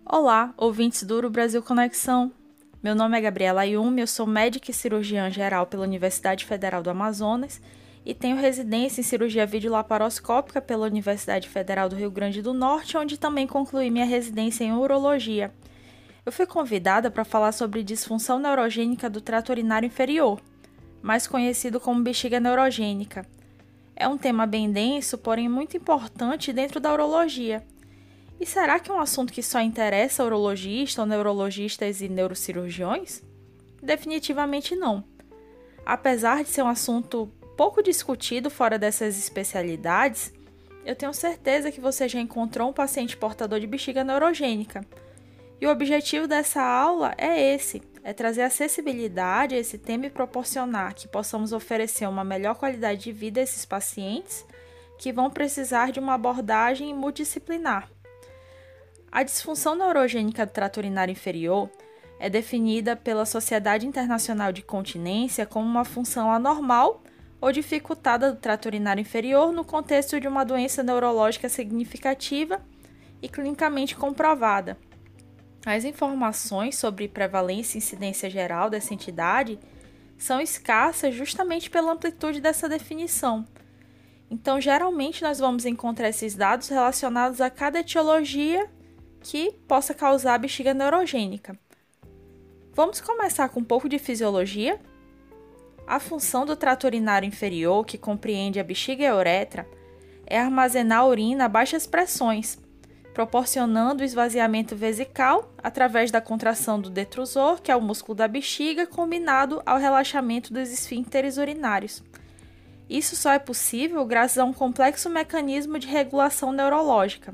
Olá, ouvintes do Uro Brasil Conexão. Meu nome é Gabriela Ayumi, eu sou médica e cirurgiã geral pela Universidade Federal do Amazonas e tenho residência em cirurgia videolaparoscópica pela Universidade Federal do Rio Grande do Norte, onde também concluí minha residência em urologia. Eu fui convidada para falar sobre disfunção neurogênica do trato urinário inferior, mais conhecido como bexiga neurogênica. É um tema bem denso, porém muito importante dentro da urologia. E será que é um assunto que só interessa urologistas ou neurologistas e neurocirurgiões? Definitivamente não. Apesar de ser um assunto pouco discutido fora dessas especialidades, eu tenho certeza que você já encontrou um paciente portador de bexiga neurogênica. E o objetivo dessa aula é trazer acessibilidade a esse tema e proporcionar que possamos oferecer uma melhor qualidade de vida a esses pacientes que vão precisar de uma abordagem multidisciplinar. A disfunção neurogênica do trato urinário inferior é definida pela Sociedade Internacional de Continência como uma função anormal ou dificultada do trato urinário inferior no contexto de uma doença neurológica significativa e clinicamente comprovada. As informações sobre prevalência e incidência geral dessa entidade são escassas justamente pela amplitude dessa definição. Então, geralmente, nós vamos encontrar esses dados relacionados a cada etiologia que possa causar bexiga neurogênica. Vamos começar com um pouco de fisiologia? A função do trato urinário inferior, que compreende a bexiga e a uretra, é armazenar a urina a baixas pressões, proporcionando o esvaziamento vesical através da contração do detrusor, que é o músculo da bexiga, combinado ao relaxamento dos esfíncteres urinários. Isso só é possível graças a um complexo mecanismo de regulação neurológica.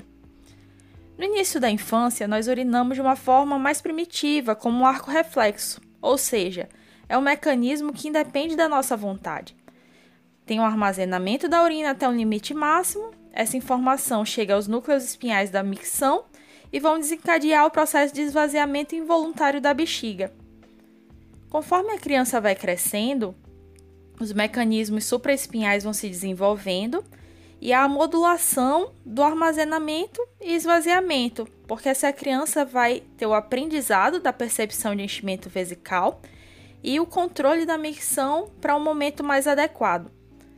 No início da infância, nós urinamos de uma forma mais primitiva, como um arco reflexo, ou seja, é um mecanismo que independe da nossa vontade. Tem um armazenamento da urina até um limite máximo, essa informação chega aos núcleos espinhais da micção e vão desencadear o processo de esvaziamento involuntário da bexiga. Conforme a criança vai crescendo, os mecanismos supraespinhais vão se desenvolvendo e a modulação do armazenamento e esvaziamento, porque essa criança vai ter o aprendizado da percepção de enchimento vesical e o controle da micção para um momento mais adequado.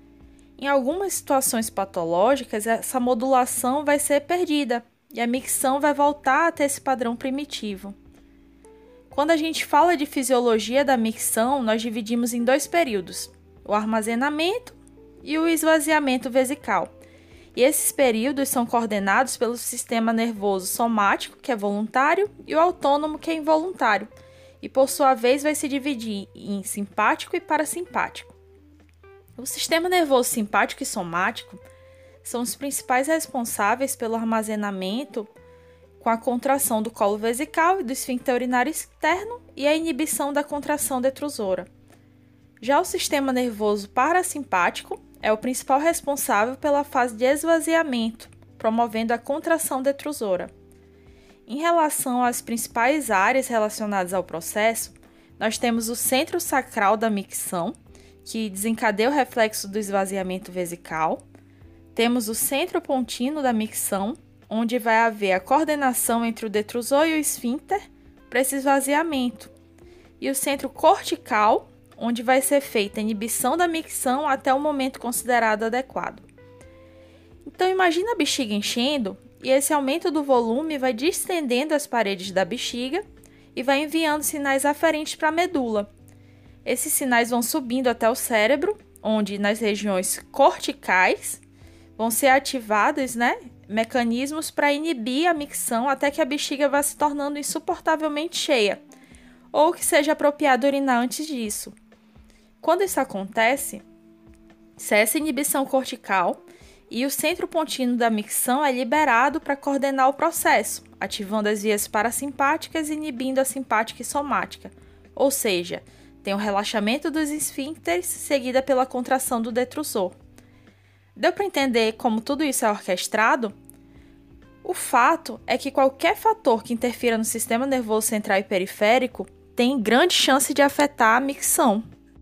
Em algumas situações patológicas, essa modulação vai ser perdida e a micção vai voltar a ter esse padrão primitivo. Quando a gente fala de fisiologia da micção, nós dividimos em dois períodos: o armazenamento e o esvaziamento vesical. E esses períodos são coordenados pelo sistema nervoso somático, que é voluntário, e o autônomo, que é involuntário, e por sua vez vai se dividir em simpático e parasimpático. O sistema nervoso simpático e somático são os principais responsáveis pelo armazenamento com a contração do colo vesical e do esfíncter urinário externo e a inibição da contração detrusora. Já o sistema nervoso parasimpático é o principal responsável pela fase de esvaziamento, promovendo a contração detrusora. Em relação às principais áreas relacionadas ao processo, nós temos o centro sacral da micção, que desencadeia o reflexo do esvaziamento vesical. Temos o centro pontino da micção, onde vai haver a coordenação entre o detrusor e o esfíncter para esse esvaziamento. E o centro cortical, onde vai ser feita a inibição da micção até o momento considerado adequado. Então, imagina a bexiga enchendo e esse aumento do volume vai distendendo as paredes da bexiga e vai enviando sinais aferentes para a medula. Esses sinais vão subindo até o cérebro, onde nas regiões corticais vão ser ativados, mecanismos para inibir a micção até que a bexiga vá se tornando insuportavelmente cheia, ou que seja apropriado urinar antes disso. Quando isso acontece, cessa a inibição cortical e o centro pontino da micção é liberado para coordenar o processo, ativando as vias parasimpáticas e inibindo a simpática e somática, ou seja, tem o relaxamento dos esfíncteres seguida pela contração do detrusor. Deu para entender como tudo isso é orquestrado? O fato é que qualquer fator que interfira no sistema nervoso central e periférico tem grande chance de afetar a micção.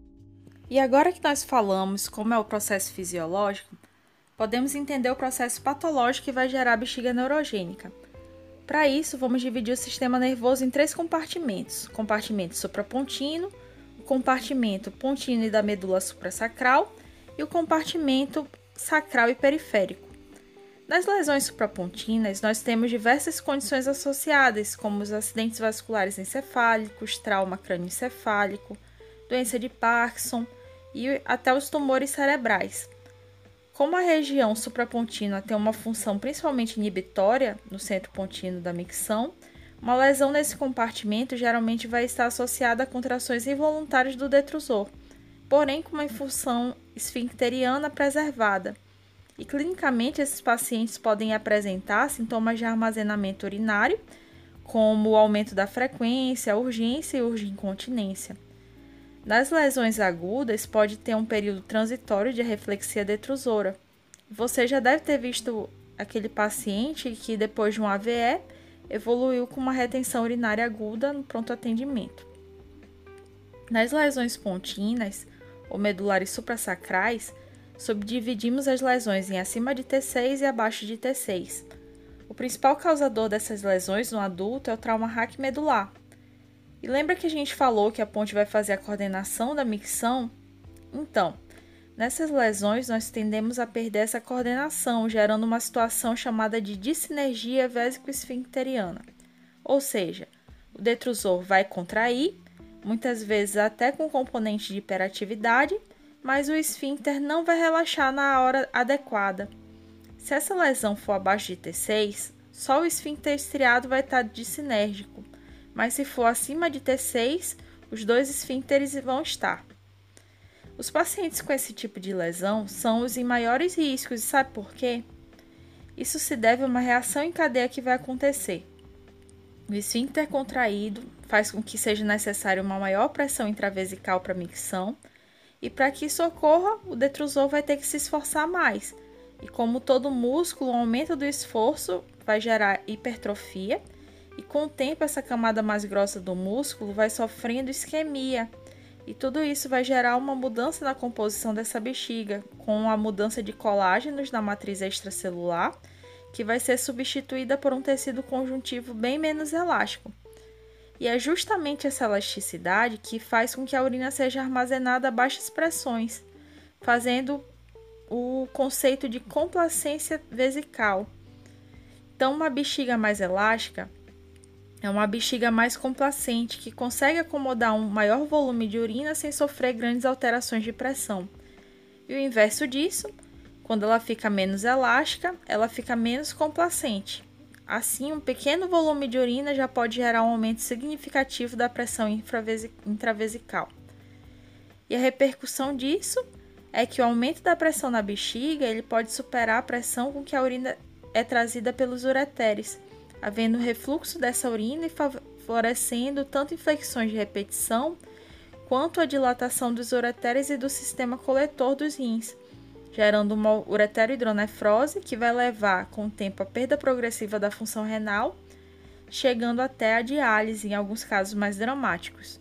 E agora que nós falamos como é o processo fisiológico, podemos entender o processo patológico que vai gerar bexiga neurogênica. Para isso, vamos dividir o sistema nervoso em 3 compartimentos: o compartimento suprapontino, o compartimento pontino e da medula suprassacral e o compartimento sacral e periférico. Nas lesões suprapontinas, nós temos diversas condições associadas, como os acidentes vasculares encefálicos, trauma crânioencefálico, doença de Parkinson e até os tumores cerebrais. Como a região suprapontínea tem uma função principalmente inibitória no centro pontino da micção, uma lesão nesse compartimento geralmente vai estar associada a contrações involuntárias do detrusor, porém com uma função esfincteriana preservada. E clinicamente esses pacientes podem apresentar sintomas de armazenamento urinário, como o aumento da frequência, urgência e urgincontinência. Nas lesões agudas, pode ter um período transitório de reflexia detrusora. Você já deve ter visto aquele paciente que, depois de um AVE, evoluiu com uma retenção urinária aguda no pronto atendimento. Nas lesões pontinas, ou medulares suprassacrais, subdividimos as lesões em acima de T6 e abaixo de T6. O principal causador dessas lesões no adulto é o trauma raquimedular. E lembra que a gente falou que a ponte vai fazer a coordenação da micção? Então, nessas lesões nós tendemos a perder essa coordenação, gerando uma situação chamada de dissinergia vésico-esfincteriana. Ou seja, o detrusor vai contrair, muitas vezes até com componente de hiperatividade, mas o esfíncter não vai relaxar na hora adequada. Se essa lesão for abaixo de T6, só o esfíncter estriado vai estar dissinérgico, mas se for acima de T6, os dois esfíncteres vão estar. Os pacientes com esse tipo de lesão são os em maiores riscos, e sabe por quê? Isso se deve a uma reação em cadeia que vai acontecer. O esfíncter contraído faz com que seja necessária uma maior pressão intravesical para a micção, e para que isso ocorra, o detrusor vai ter que se esforçar mais. E como todo músculo, o aumento do esforço vai gerar hipertrofia, e com o tempo essa camada mais grossa do músculo vai sofrendo isquemia. E tudo isso vai gerar uma mudança na composição dessa bexiga, com a mudança de colágenos na matriz extracelular, que vai ser substituída por um tecido conjuntivo bem menos elástico. E é justamente essa elasticidade que faz com que a urina seja armazenada a baixas pressões, fazendo o conceito de complacência vesical. Então, uma bexiga mais elástica é uma bexiga mais complacente, que consegue acomodar um maior volume de urina sem sofrer grandes alterações de pressão. E o inverso disso, quando ela fica menos elástica, ela fica menos complacente. Assim, um pequeno volume de urina já pode gerar um aumento significativo da pressão intravesical. E a repercussão disso é que o aumento da pressão na bexiga ele pode superar a pressão com que a urina é trazida pelos ureteres, havendo refluxo dessa urina e favorecendo tanto inflexões de repetição quanto a dilatação dos ureteres e do sistema coletor dos rins, gerando uma ureterohidronefrose que vai levar com o tempo à perda progressiva da função renal, chegando até a diálise em alguns casos mais dramáticos.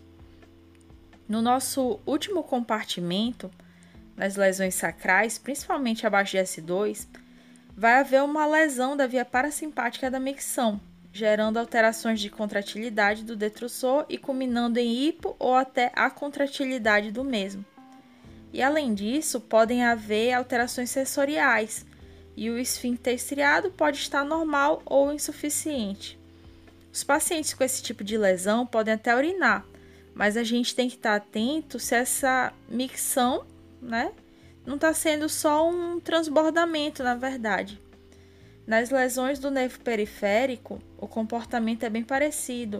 No nosso último compartimento, nas lesões sacrais, principalmente abaixo de S2, vai haver uma lesão da via parasimpática da micção, gerando alterações de contratilidade do detrusor e culminando em hipo ou até acontratilidade do mesmo. E além disso, podem haver alterações sensoriais, e o esfíncter estriado pode estar normal ou insuficiente. Os pacientes com esse tipo de lesão podem até urinar, mas a gente tem que estar atento se essa micção, não está sendo só um transbordamento, na verdade. Nas lesões do nervo periférico, o comportamento é bem parecido.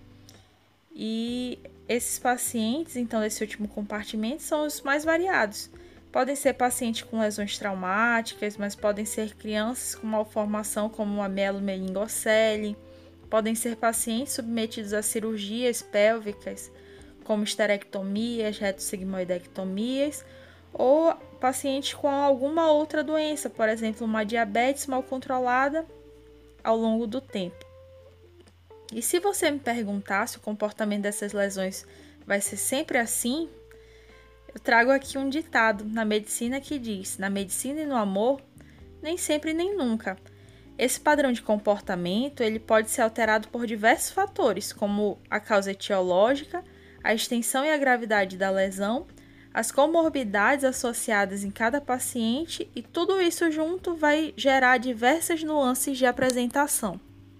E esses pacientes, então, desse último compartimento, são os mais variados. Podem ser pacientes com lesões traumáticas, mas podem ser crianças com malformação como a mielomeningocele. Podem ser pacientes submetidos a cirurgias pélvicas, como esterectomias, retossigmoidectomias, ou pacientes com alguma outra doença, por exemplo, uma diabetes mal controlada ao longo do tempo. E se você me perguntar se o comportamento dessas lesões vai ser sempre assim, eu trago aqui um ditado na medicina que diz: na medicina e no amor, nem sempre nem nunca. Esse padrão de comportamento ele pode ser alterado por diversos fatores, como a causa etiológica, a extensão e a gravidade da lesão, as comorbidades associadas em cada paciente, e tudo isso junto vai gerar diversas nuances de apresentação.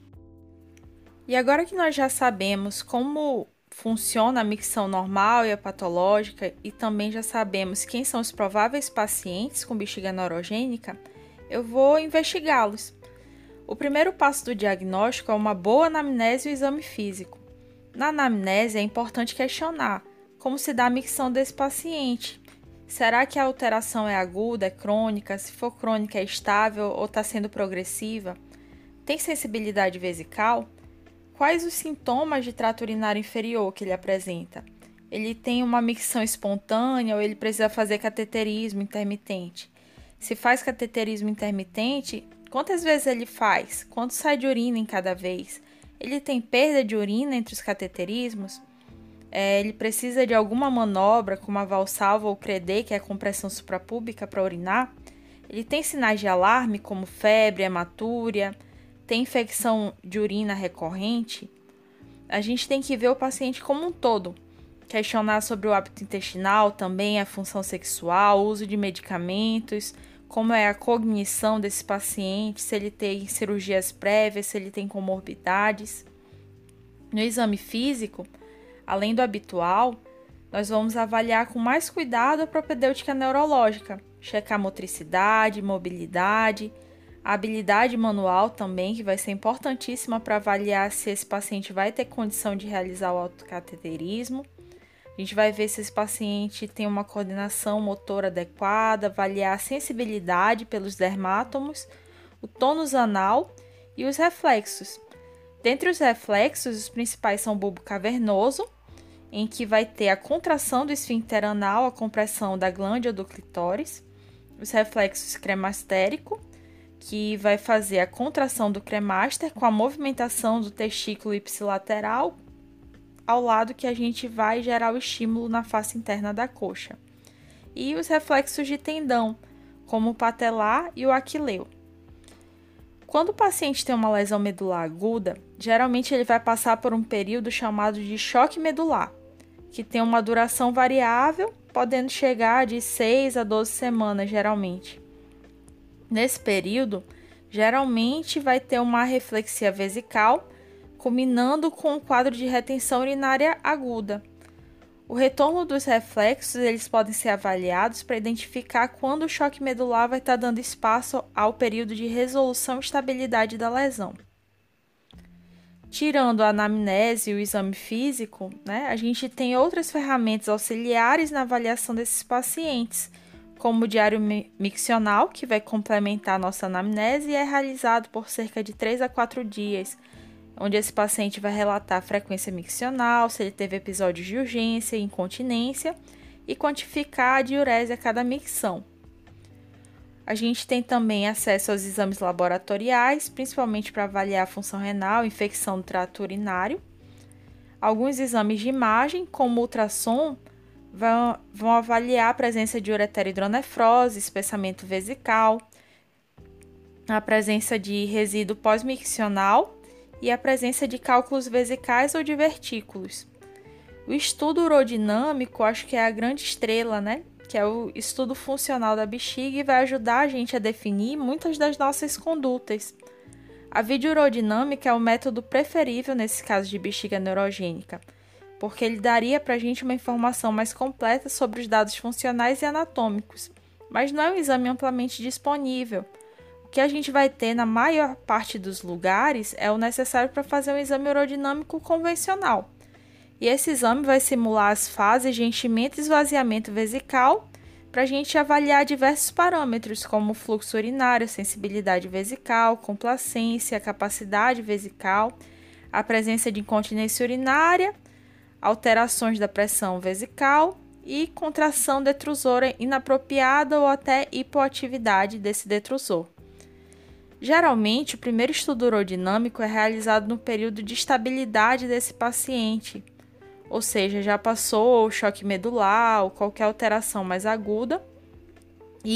E agora que nós já sabemos como funciona a micção normal e a patológica, e também já sabemos quem são os prováveis pacientes com bexiga neurogênica, eu vou investigá-los. O primeiro passo do diagnóstico é uma boa anamnese e o exame físico. Na anamnese é importante questionar como se dá a micção desse paciente. Será que a alteração é aguda, é crônica? Se for crônica, é estável ou está sendo progressiva? Tem sensibilidade vesical? Quais os sintomas de trato urinário inferior que ele apresenta? Ele tem uma micção espontânea ou ele precisa fazer cateterismo intermitente? Se faz cateterismo intermitente, quantas vezes ele faz? Quanto sai de urina em cada vez? Ele tem perda de urina entre os cateterismos? Ele precisa de alguma manobra, como a Valsalva ou Credé, que é a compressão suprapúbica para urinar? Ele tem sinais de alarme, como febre, hematúria? Tem infecção de urina recorrente? A gente tem que ver o paciente como um todo. Questionar sobre o hábito intestinal, também a função sexual, o uso de medicamentos, como é a cognição desse paciente, se ele tem cirurgias prévias, se ele tem comorbidades. No exame físico, além do habitual, nós vamos avaliar com mais cuidado a propedêutica neurológica, checar motricidade, mobilidade, a habilidade manual também, que vai ser importantíssima para avaliar se esse paciente vai ter condição de realizar o autocateterismo. A gente vai ver se esse paciente tem uma coordenação motora adequada, avaliar a sensibilidade pelos dermátomos, o tônus anal e os reflexos. Dentre os reflexos, os principais são o bulbo cavernoso, em que vai ter a contração do esfíncter anal, a compressão da glândula do clitóris, os reflexos cremastérico, que vai fazer a contração do cremaster com a movimentação do testículo ipsilateral, ao lado que a gente vai gerar o estímulo na face interna da coxa. E os reflexos de tendão, como o patelar e o aquileu. Quando o paciente tem uma lesão medular aguda, geralmente ele vai passar por um período chamado de choque medular, que tem uma duração variável, podendo chegar de 6 a 12 semanas, geralmente. Nesse período, geralmente vai ter uma reflexia vesical, culminando com um quadro de retenção urinária aguda. O retorno dos reflexos eles podem ser avaliados para identificar quando o choque medular vai estar dando espaço ao período de resolução e estabilidade da lesão. Tirando a anamnese e o exame físico, a gente tem outras ferramentas auxiliares na avaliação desses pacientes, como o diário miccional, que vai complementar a nossa anamnese e é realizado por cerca de 3 a 4 dias, onde esse paciente vai relatar a frequência miccional, se ele teve episódios de urgência e incontinência, e quantificar a diurese a cada micção. A gente tem também acesso aos exames laboratoriais, principalmente para avaliar a função renal, infecção do trato urinário. Alguns exames de imagem, como ultrassom, vão avaliar a presença de ureterohidronefrose, espessamento vesical, a presença de resíduo pós-miccional e a presença de cálculos vesicais ou de vertículos. O estudo urodinâmico, acho que é a grande estrela, que é o estudo funcional da bexiga e vai ajudar a gente a definir muitas das nossas condutas. A videourodinâmica é o método preferível nesse caso de bexiga neurogênica, porque ele daria para a gente uma informação mais completa sobre os dados funcionais e anatômicos, mas não é um exame amplamente disponível. O que a gente vai ter na maior parte dos lugares é o necessário para fazer um exame urodinâmico convencional. E esse exame vai simular as fases de enchimento e esvaziamento vesical para a gente avaliar diversos parâmetros, como fluxo urinário, sensibilidade vesical, complacência, capacidade vesical, a presença de incontinência urinária, alterações da pressão vesical e contração detrusora inapropriada ou até hipoatividade desse detrusor. Geralmente, o primeiro estudo urodinâmico é realizado no período de estabilidade desse paciente, ou seja, já passou o choque medular ou qualquer alteração mais aguda, e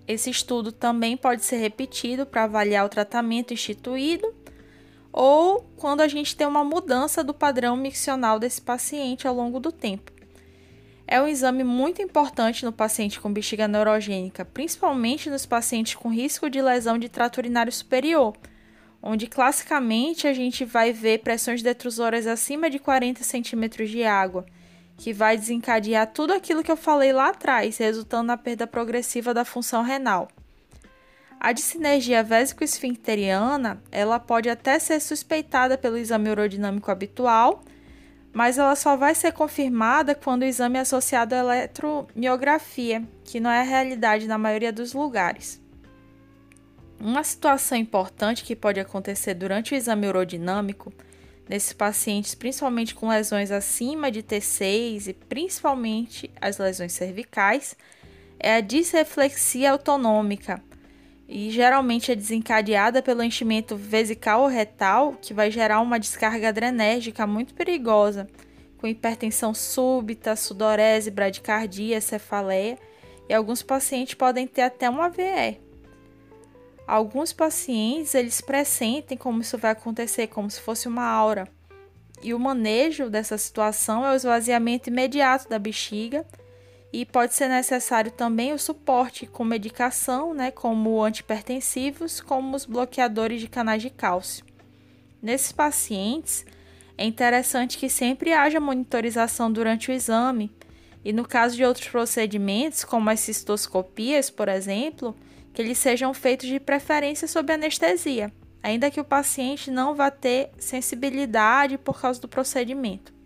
Esse estudo também pode ser repetido para avaliar o tratamento instituído ou quando a gente tem uma mudança do padrão miccional desse paciente ao longo do tempo. É um exame muito importante no paciente com bexiga neurogênica, principalmente nos pacientes com risco de lesão de trato urinário superior, onde classicamente a gente vai ver pressões detrusoras acima de 40 centímetros de água, que vai desencadear tudo aquilo que eu falei lá atrás, resultando na perda progressiva da função renal. A dissinergia vésico-esfincteriana, ela pode até ser suspeitada pelo exame urodinâmico habitual, mas ela só vai ser confirmada quando o exame é associado à eletromiografia, que não é a realidade na maioria dos lugares. Uma situação importante que pode acontecer durante o exame urodinâmico nesses pacientes, principalmente com lesões acima de T6 e principalmente as lesões cervicais, é a disreflexia autonômica e geralmente é desencadeada pelo enchimento vesical ou retal, que vai gerar uma descarga adrenérgica muito perigosa, com hipertensão súbita, sudorese, bradicardia, cefaleia, e alguns pacientes podem ter até um AVE. Alguns pacientes, eles pressentem como isso vai acontecer, como se fosse uma aura. E o manejo dessa situação é o esvaziamento imediato da bexiga e pode ser necessário também o suporte com medicação, como antihipertensivos, como os bloqueadores de canais de cálcio. Nesses pacientes, é interessante que sempre haja monitorização durante o exame e no caso de outros procedimentos, como as cistoscopias, por exemplo, que eles sejam feitos de preferência sob anestesia, ainda que o paciente não vá ter sensibilidade por causa do procedimento.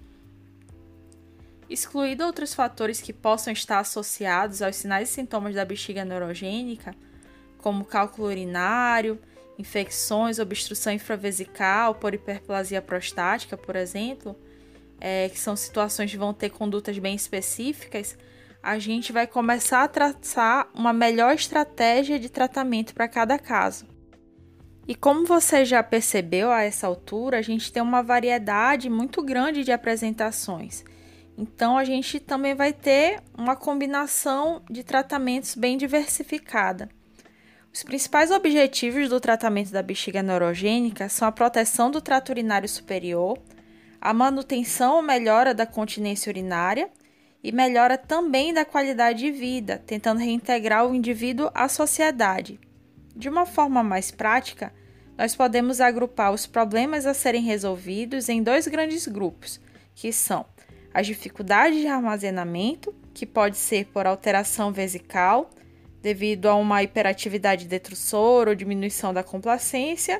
Excluído outros fatores que possam estar associados aos sinais e sintomas da bexiga neurogênica, como cálculo urinário, infecções, obstrução infravesical por hiperplasia prostática, por exemplo, que são situações que vão ter condutas bem específicas, a gente vai começar a traçar uma melhor estratégia de tratamento para cada caso. E como você já percebeu a essa altura, a gente tem uma variedade muito grande de apresentações. Então, a gente também vai ter uma combinação de tratamentos bem diversificada. Os principais objetivos do tratamento da bexiga neurogênica são a proteção do trato urinário superior, a manutenção ou melhora da continência urinária, e melhora também da qualidade de vida, tentando reintegrar o indivíduo à sociedade. De uma forma mais prática, nós podemos agrupar os problemas a serem resolvidos em dois grandes grupos, que são as dificuldades de armazenamento, que pode ser por alteração vesical, devido a uma hiperatividade detrussora ou diminuição da complacência,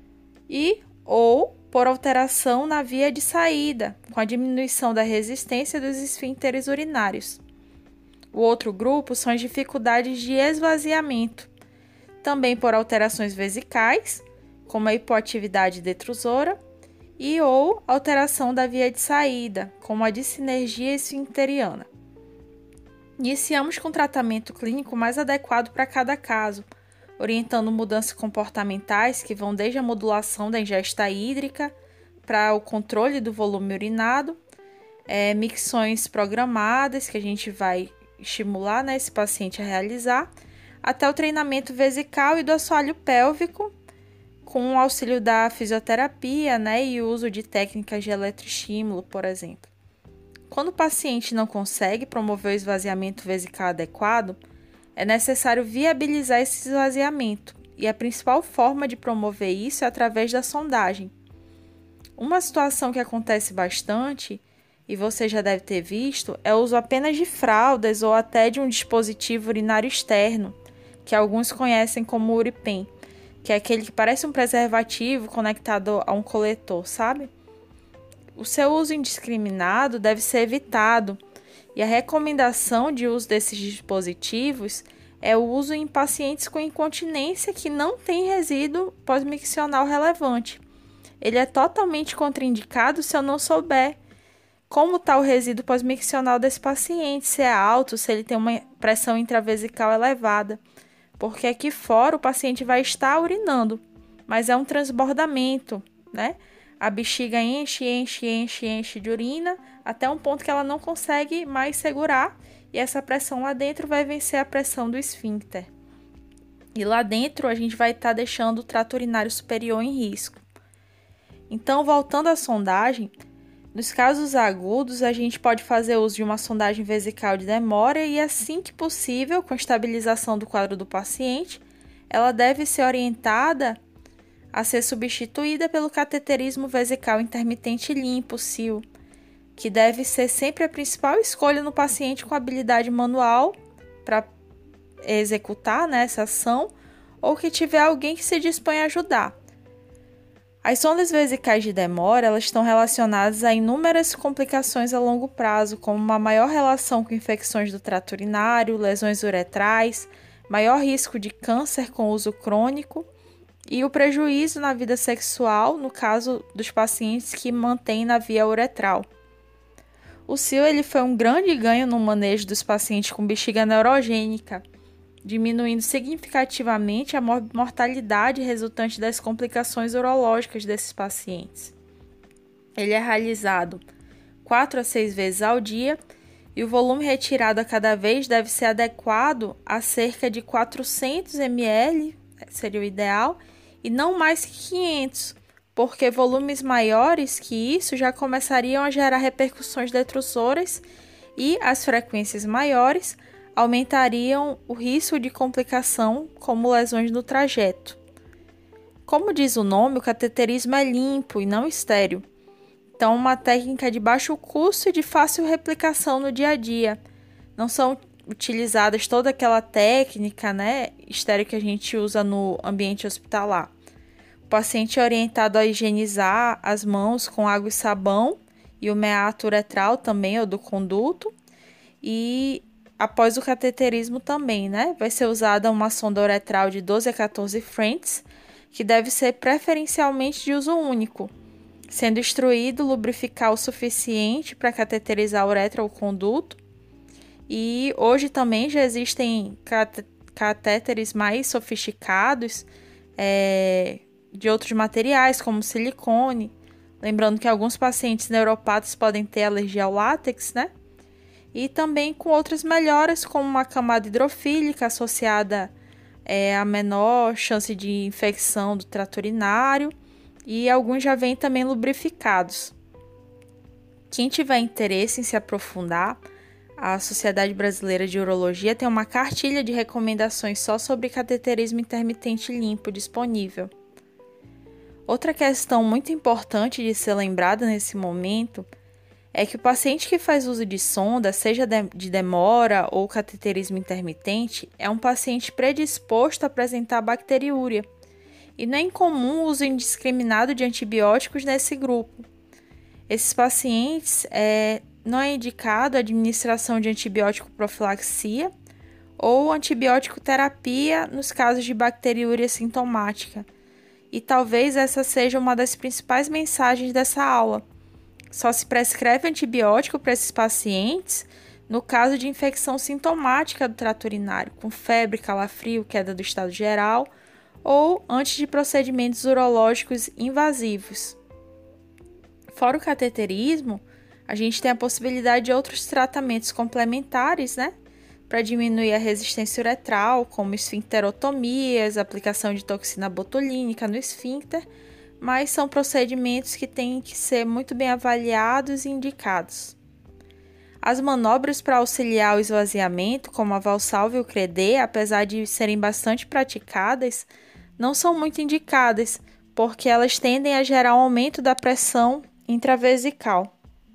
ou por alteração na via de saída, com a diminuição da resistência dos esfíncteres urinários. O outro grupo são as dificuldades de esvaziamento, também por alterações vesicais, como a hipoatividade detrusora, ou alteração da via de saída, como a dissinergia esfincteriana. Iniciamos com o tratamento clínico mais adequado para cada caso, orientando mudanças comportamentais que vão desde a modulação da ingesta hídrica para o controle do volume urinado, micções programadas que a gente vai estimular esse paciente a realizar, até o treinamento vesical e do assoalho pélvico, com o auxílio da fisioterapia e o uso de técnicas de eletroestímulo, por exemplo. Quando o paciente não consegue promover o esvaziamento vesical adequado, é necessário viabilizar esse esvaziamento, e a principal forma de promover isso é através da sondagem. Uma situação que acontece bastante, e você já deve ter visto, é o uso apenas de fraldas ou até de um dispositivo urinário externo, que alguns conhecem como UriPen, que é aquele que parece um preservativo conectado a um coletor, sabe? O seu uso indiscriminado deve ser evitado, e a recomendação de uso desses dispositivos é o uso em pacientes com incontinência que não tem resíduo pós-miccional relevante. Ele é totalmente contraindicado se eu não souber como está o resíduo pós-miccional desse paciente, se é alto, se ele tem uma pressão intravesical elevada, porque aqui fora o paciente vai estar urinando, mas é um transbordamento, A bexiga enche de urina até um ponto que ela não consegue mais segurar e essa pressão lá dentro vai vencer a pressão do esfíncter. E lá dentro a gente vai estar deixando o trato urinário superior em risco. Então, voltando à sondagem, nos casos agudos a gente pode fazer uso de uma sondagem vesical de demora e assim que possível, com a estabilização do quadro do paciente, ela deve ser orientada a ser substituída pelo cateterismo vesical intermitente limpo, SIL, que deve ser sempre a principal escolha no paciente com habilidade manual para executar, né, essa ação, ou que tiver alguém que se dispõe a ajudar. As sondas vesicais de demora, elas estão relacionadas a inúmeras complicações a longo prazo, como uma maior relação com infecções do trato urinário, lesões uretrais, maior risco de câncer com uso crônico e o prejuízo na vida sexual, no caso dos pacientes que mantêm na via uretral. O SIL ele foi um grande ganho no manejo dos pacientes com bexiga neurogênica, diminuindo significativamente a mortalidade resultante das complicações urológicas desses pacientes. Ele é realizado 4 a 6 vezes ao dia e o volume retirado a cada vez deve ser adequado a cerca de 400 ml, seria o ideal, e não mais que 500, porque volumes maiores que isso já começariam a gerar repercussões detrusoras e as frequências maiores aumentariam o risco de complicação, como lesões no trajeto. Como diz o nome, o cateterismo é limpo e não estéril. Então, uma técnica de baixo custo e de fácil replicação no dia a dia. Não são utilizadas toda aquela técnica, né, estéril que a gente usa no ambiente hospitalar. O paciente é orientado a higienizar as mãos com água e sabão e o meato uretral também, ou do conduto, e após o cateterismo também, né? Vai ser usada uma sonda uretral de 12 a 14 French, que deve ser preferencialmente de uso único, sendo instruído lubrificar o suficiente para cateterizar a uretra ou conduto. E hoje também já existem catéteres mais sofisticados de outros materiais, como silicone. Lembrando que alguns pacientes neuropatas podem ter alergia ao látex, né? E também com outras melhoras, como uma camada hidrofílica associada a menor chance de infecção do trato urinário, e alguns já vêm também lubrificados. Quem tiver interesse em se aprofundar, a Sociedade Brasileira de Urologia tem uma cartilha de recomendações só sobre cateterismo intermitente limpo disponível. Outra questão muito importante de ser lembrada nesse momento é que o paciente que faz uso de sonda, seja de demora ou cateterismo intermitente, é um paciente predisposto a apresentar bacteriúria, e não é incomum o uso indiscriminado de antibióticos nesse grupo. Esses pacientes não é indicado a administração de antibiótico profilaxia ou antibiótico terapia nos casos de bacteriúria sintomática, e talvez essa seja uma das principais mensagens dessa aula. Só se prescreve antibiótico para esses pacientes no caso de infecção sintomática do trato urinário, com febre, calafrio, queda do estado geral, ou antes de procedimentos urológicos invasivos. Fora o cateterismo, a gente tem a possibilidade de outros tratamentos complementares, né? Para diminuir a resistência uretral, como esfincterotomias, aplicação de toxina botulínica no esfíncter, mas são procedimentos que têm que ser muito bem avaliados e indicados. As manobras para auxiliar o esvaziamento, como a Valsalva e o Credé, apesar de serem bastante praticadas, não são muito indicadas, porque elas tendem a gerar um aumento da pressão intravesical.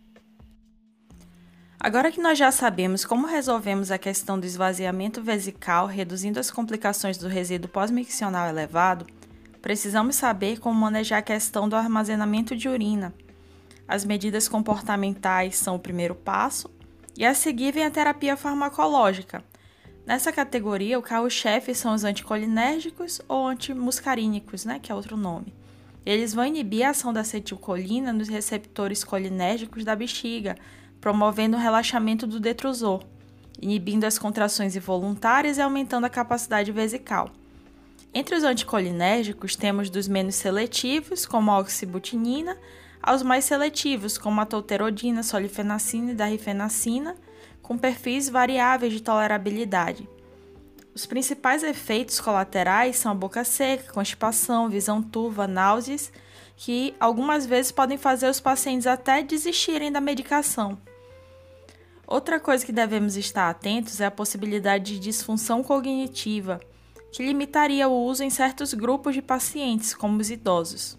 Agora que nós já sabemos como resolvemos a questão do esvaziamento vesical, reduzindo as complicações do resíduo pós-miccional elevado, precisamos saber como manejar a questão do armazenamento de urina. As medidas comportamentais são o primeiro passo e a seguir vem a terapia farmacológica. Nessa categoria, o carro-chefe são os anticolinérgicos ou antimuscarínicos, né, que é outro nome. Eles vão inibir a ação da acetilcolina nos receptores colinérgicos da bexiga, promovendo o relaxamento do detrusor, inibindo as contrações involuntárias e aumentando a capacidade vesical. Entre os anticolinérgicos, temos dos menos seletivos, como a oxibutinina, aos mais seletivos, como a tolterodina, solifenacina e darifenacina, com perfis variáveis de tolerabilidade. Os principais efeitos colaterais são a boca seca, constipação, visão turva, náuseas, que algumas vezes podem fazer os pacientes até desistirem da medicação. Outra coisa que devemos estar atentos é a possibilidade de disfunção cognitiva, que limitaria o uso em certos grupos de pacientes, como os idosos.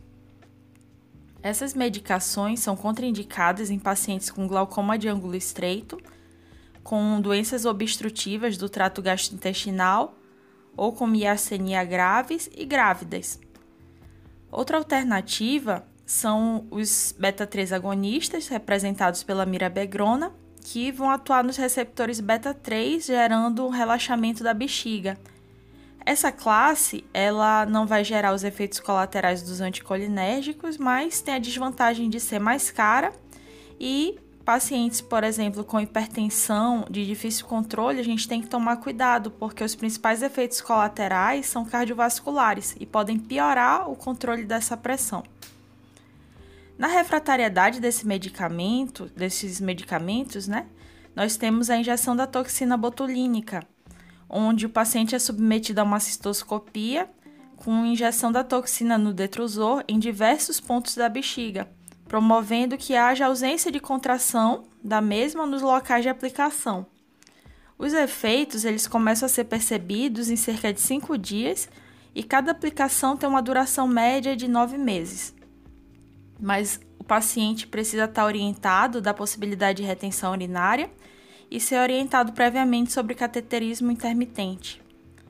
Essas medicações são contraindicadas em pacientes com glaucoma de ângulo estreito, com doenças obstrutivas do trato gastrointestinal ou com miastenia graves e grávidas. Outra alternativa são os beta-3 agonistas, representados pela mirabegrona, que vão atuar nos receptores beta-3, gerando um relaxamento da bexiga. Essa classe, ela não vai gerar os efeitos colaterais dos anticolinérgicos, mas tem a desvantagem de ser mais cara e pacientes, por exemplo, com hipertensão de difícil controle, a gente tem que tomar cuidado, porque os principais efeitos colaterais são cardiovasculares e podem piorar o controle dessa pressão. Na refratariedade desses medicamentos, nós temos a injeção da toxina botulínica, onde o paciente é submetido a uma cistoscopia com injeção da toxina no detrusor em diversos pontos da bexiga, promovendo que haja ausência de contração da mesma nos locais de aplicação. Os efeitos eles começam a ser percebidos em cerca de 5 dias e cada aplicação tem uma duração média de 9 meses. Mas o paciente precisa estar orientado da possibilidade de retenção urinária e ser orientado previamente sobre cateterismo intermitente.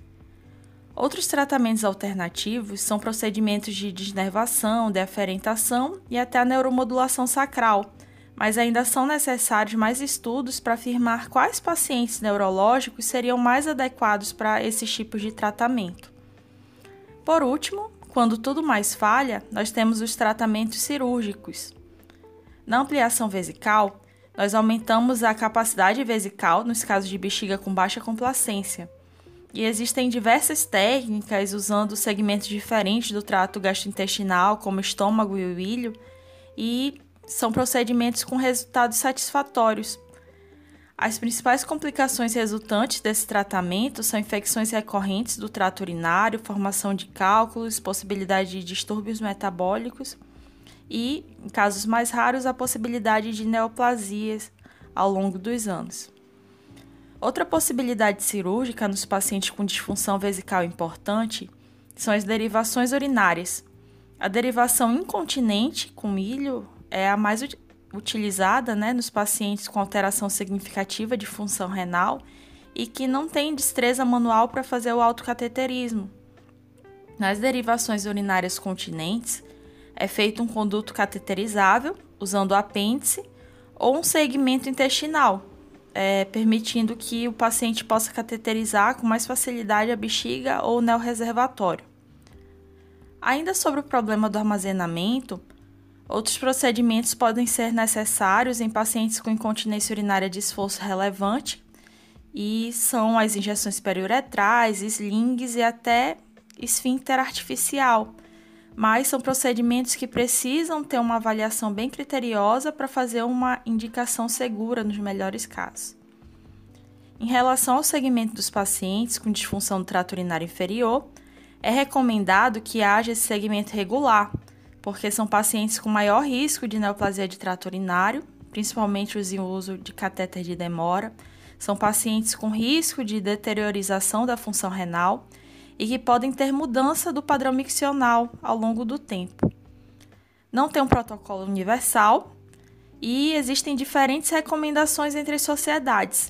Outros tratamentos alternativos são procedimentos de desnervação, deaferentação e até a neuromodulação sacral, mas ainda são necessários mais estudos para afirmar quais pacientes neurológicos seriam mais adequados para esses tipos de tratamento. Por último, quando tudo mais falha, nós temos os tratamentos cirúrgicos. Na ampliação vesical, nós aumentamos a capacidade vesical nos casos de bexiga com baixa complacência. E existem diversas técnicas usando segmentos diferentes do trato gastrointestinal, como o estômago e o ilho, e são procedimentos com resultados satisfatórios. As principais complicações resultantes desse tratamento são infecções recorrentes do trato urinário, formação de cálculos, possibilidade de distúrbios metabólicos e, em casos mais raros, a possibilidade de neoplasias ao longo dos anos. Outra possibilidade cirúrgica nos pacientes com disfunção vesical importante são as derivações urinárias. A derivação incontinente com milho é a mais utilizada nos pacientes com alteração significativa de função renal e que não têm destreza manual para fazer o autocateterismo. Nas derivações urinárias continentes, é feito um conduto cateterizável, usando o apêndice, ou um segmento intestinal, permitindo que o paciente possa cateterizar com mais facilidade a bexiga ou o neorreservatório. Ainda sobre o problema do armazenamento, outros procedimentos podem ser necessários em pacientes com incontinência urinária de esforço relevante, e são as injeções periuretrais, slings e até esfíncter artificial, mas são procedimentos que precisam ter uma avaliação bem criteriosa para fazer uma indicação segura nos melhores casos. Em relação ao segmento dos pacientes com disfunção do trato urinário inferior, é recomendado que haja esse segmento regular, porque são pacientes com maior risco de neoplasia de trato urinário, principalmente os em uso de catéter de demora, são pacientes com risco de deteriorização da função renal e que podem ter mudança do padrão miccional ao longo do tempo. Não tem um protocolo universal e existem diferentes recomendações entre as sociedades.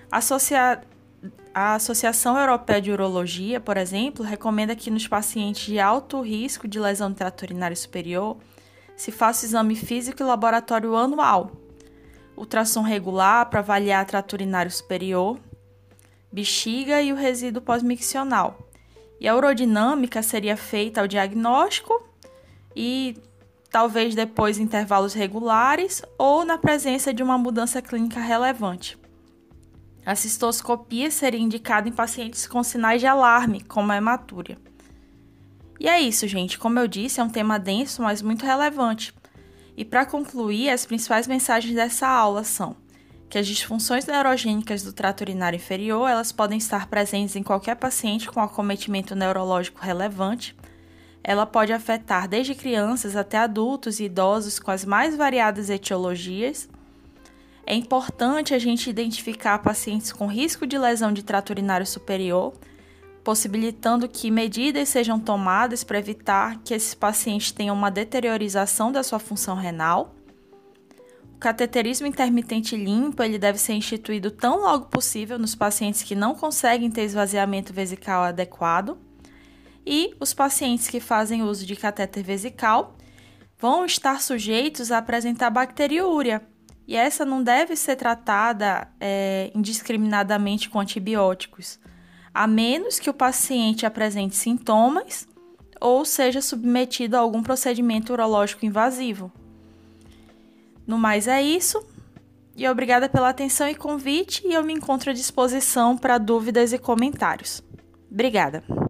A Associação Europeia de Urologia, por exemplo, recomenda que nos pacientes de alto risco de lesão do trato urinário superior se faça exame físico e laboratório anual, ultrassom regular para avaliar trato urinário superior, bexiga e o resíduo pós-miccional. E a urodinâmica seria feita ao diagnóstico e talvez depois intervalos regulares ou na presença de uma mudança clínica relevante. A cistoscopia seria indicada em pacientes com sinais de alarme, como a hematúria. E é isso, gente. Como eu disse, é um tema denso, mas muito relevante. E para concluir, as principais mensagens dessa aula são que que as disfunções neurogênicas do trato urinário inferior, elas podem estar presentes em qualquer paciente com acometimento neurológico relevante. Ela pode afetar desde crianças até adultos e idosos com as mais variadas etiologias. É importante a gente identificar pacientes com risco de lesão de trato urinário superior, possibilitando que medidas sejam tomadas para evitar que esses pacientes tenham uma deteriorização da sua função renal. O cateterismo intermitente limpo ele deve ser instituído tão logo possível nos pacientes que não conseguem ter esvaziamento vesical adequado. E os pacientes que fazem uso de catéter vesical vão estar sujeitos a apresentar bacteriúria. E essa não deve ser tratada indiscriminadamente com antibióticos, a menos que o paciente apresente sintomas ou seja submetido a algum procedimento urológico invasivo. No mais é isso, e obrigada pela atenção e convite, e eu me encontro à disposição para dúvidas e comentários. Obrigada!